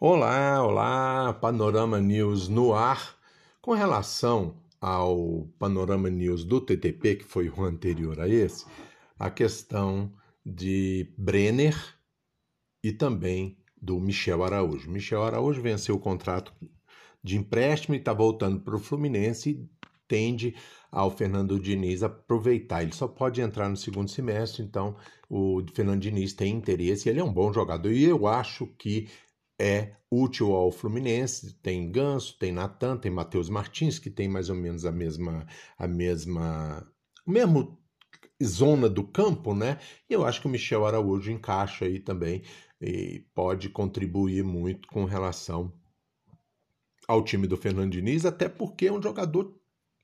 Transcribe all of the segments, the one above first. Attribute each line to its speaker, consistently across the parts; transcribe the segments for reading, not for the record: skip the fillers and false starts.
Speaker 1: Olá, olá, Panorama News no ar. Com relação ao Panorama News do TTP, que foi o anterior a esse, a questão de Brenner e também do Michel Araújo. Michel Araújo venceu o contrato de empréstimo e está voltando para o Fluminense e tende ao Fernando Diniz aproveitar. Ele só pode entrar no segundo semestre, então o Fernando Diniz tem interesse, ele é um bom jogador e eu acho que é útil ao Fluminense. Tem Ganso, tem Natan, tem Matheus Martins, que tem mais ou menos a mesma mesmo zona do campo, né? E eu acho que o Michel Araújo encaixa aí também e pode contribuir muito com relação ao time do Fernando Diniz, até porque é um jogador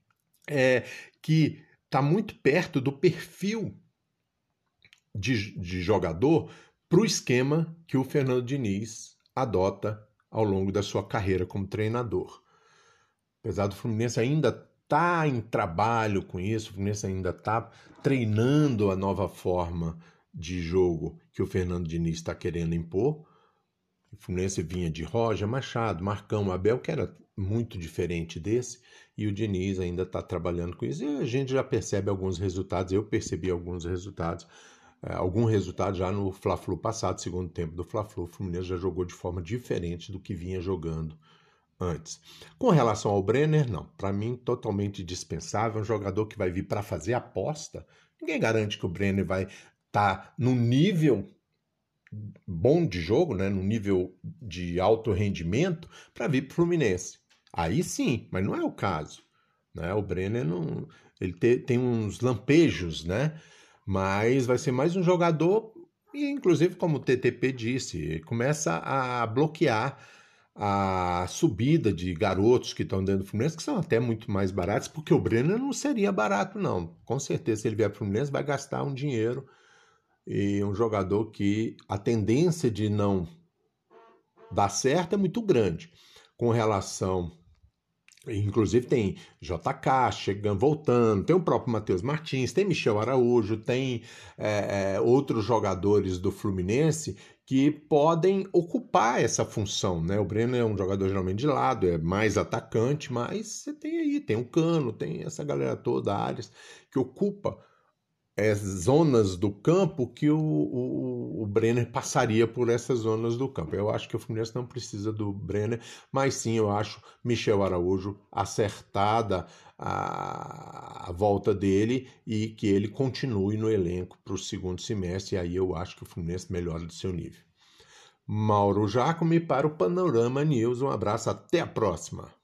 Speaker 1: que está muito perto do perfil de jogador para o esquema que o Fernando Diniz adota ao longo da sua carreira como treinador. Apesar do Fluminense ainda estar em trabalho com isso, o Fluminense ainda está treinando a nova forma de jogo que o Fernando Diniz está querendo impor. O Fluminense vinha de Roger, Machado, Marcão, Abel, que era muito diferente desse, e o Diniz ainda está trabalhando com isso. E a gente já percebe alguns resultados, eu percebi alguns resultados, algum resultado já no Fla-Flu passado, segundo tempo do Fla-Flu. O Fluminense já jogou de forma diferente do que vinha jogando antes. Com relação ao Brenner, não. Para mim, totalmente dispensável. Um jogador que vai vir para fazer aposta. Ninguém garante que o Brenner vai estar no nível bom de jogo, né, no nível de alto rendimento, para vir para o Fluminense. Aí sim, mas não é o caso. Né? O Brenner não, ele tem uns lampejos, né? Mas vai ser mais um jogador, e inclusive como o TTP disse, começa a bloquear a subida de garotos que estão dentro do Fluminense, que são até muito mais baratos, porque o Brenner não seria barato, não. Com certeza, se ele vier para o Fluminense, vai gastar um dinheiro, e um jogador que a tendência de não dar certo é muito grande. Com relação... Inclusive tem JK chegando, voltando, tem o próprio Matheus Martins, tem Michel Araújo, tem outros jogadores do Fluminense que podem ocupar essa função, né? O Breno é um jogador geralmente de lado, é mais atacante, mas você tem aí, tem o Cano, tem essa galera toda, Arias, que ocupa zonas do campo que o Brenner passaria por essas zonas do campo. Eu acho que o Fluminense não precisa do Brenner, mas sim, eu acho Michel Araújo acertada a volta dele e que ele continue no elenco para o segundo semestre, e aí eu acho que o Fluminense melhora do seu nível. Mauro Jacome para o Panorama News. Um abraço, até a próxima.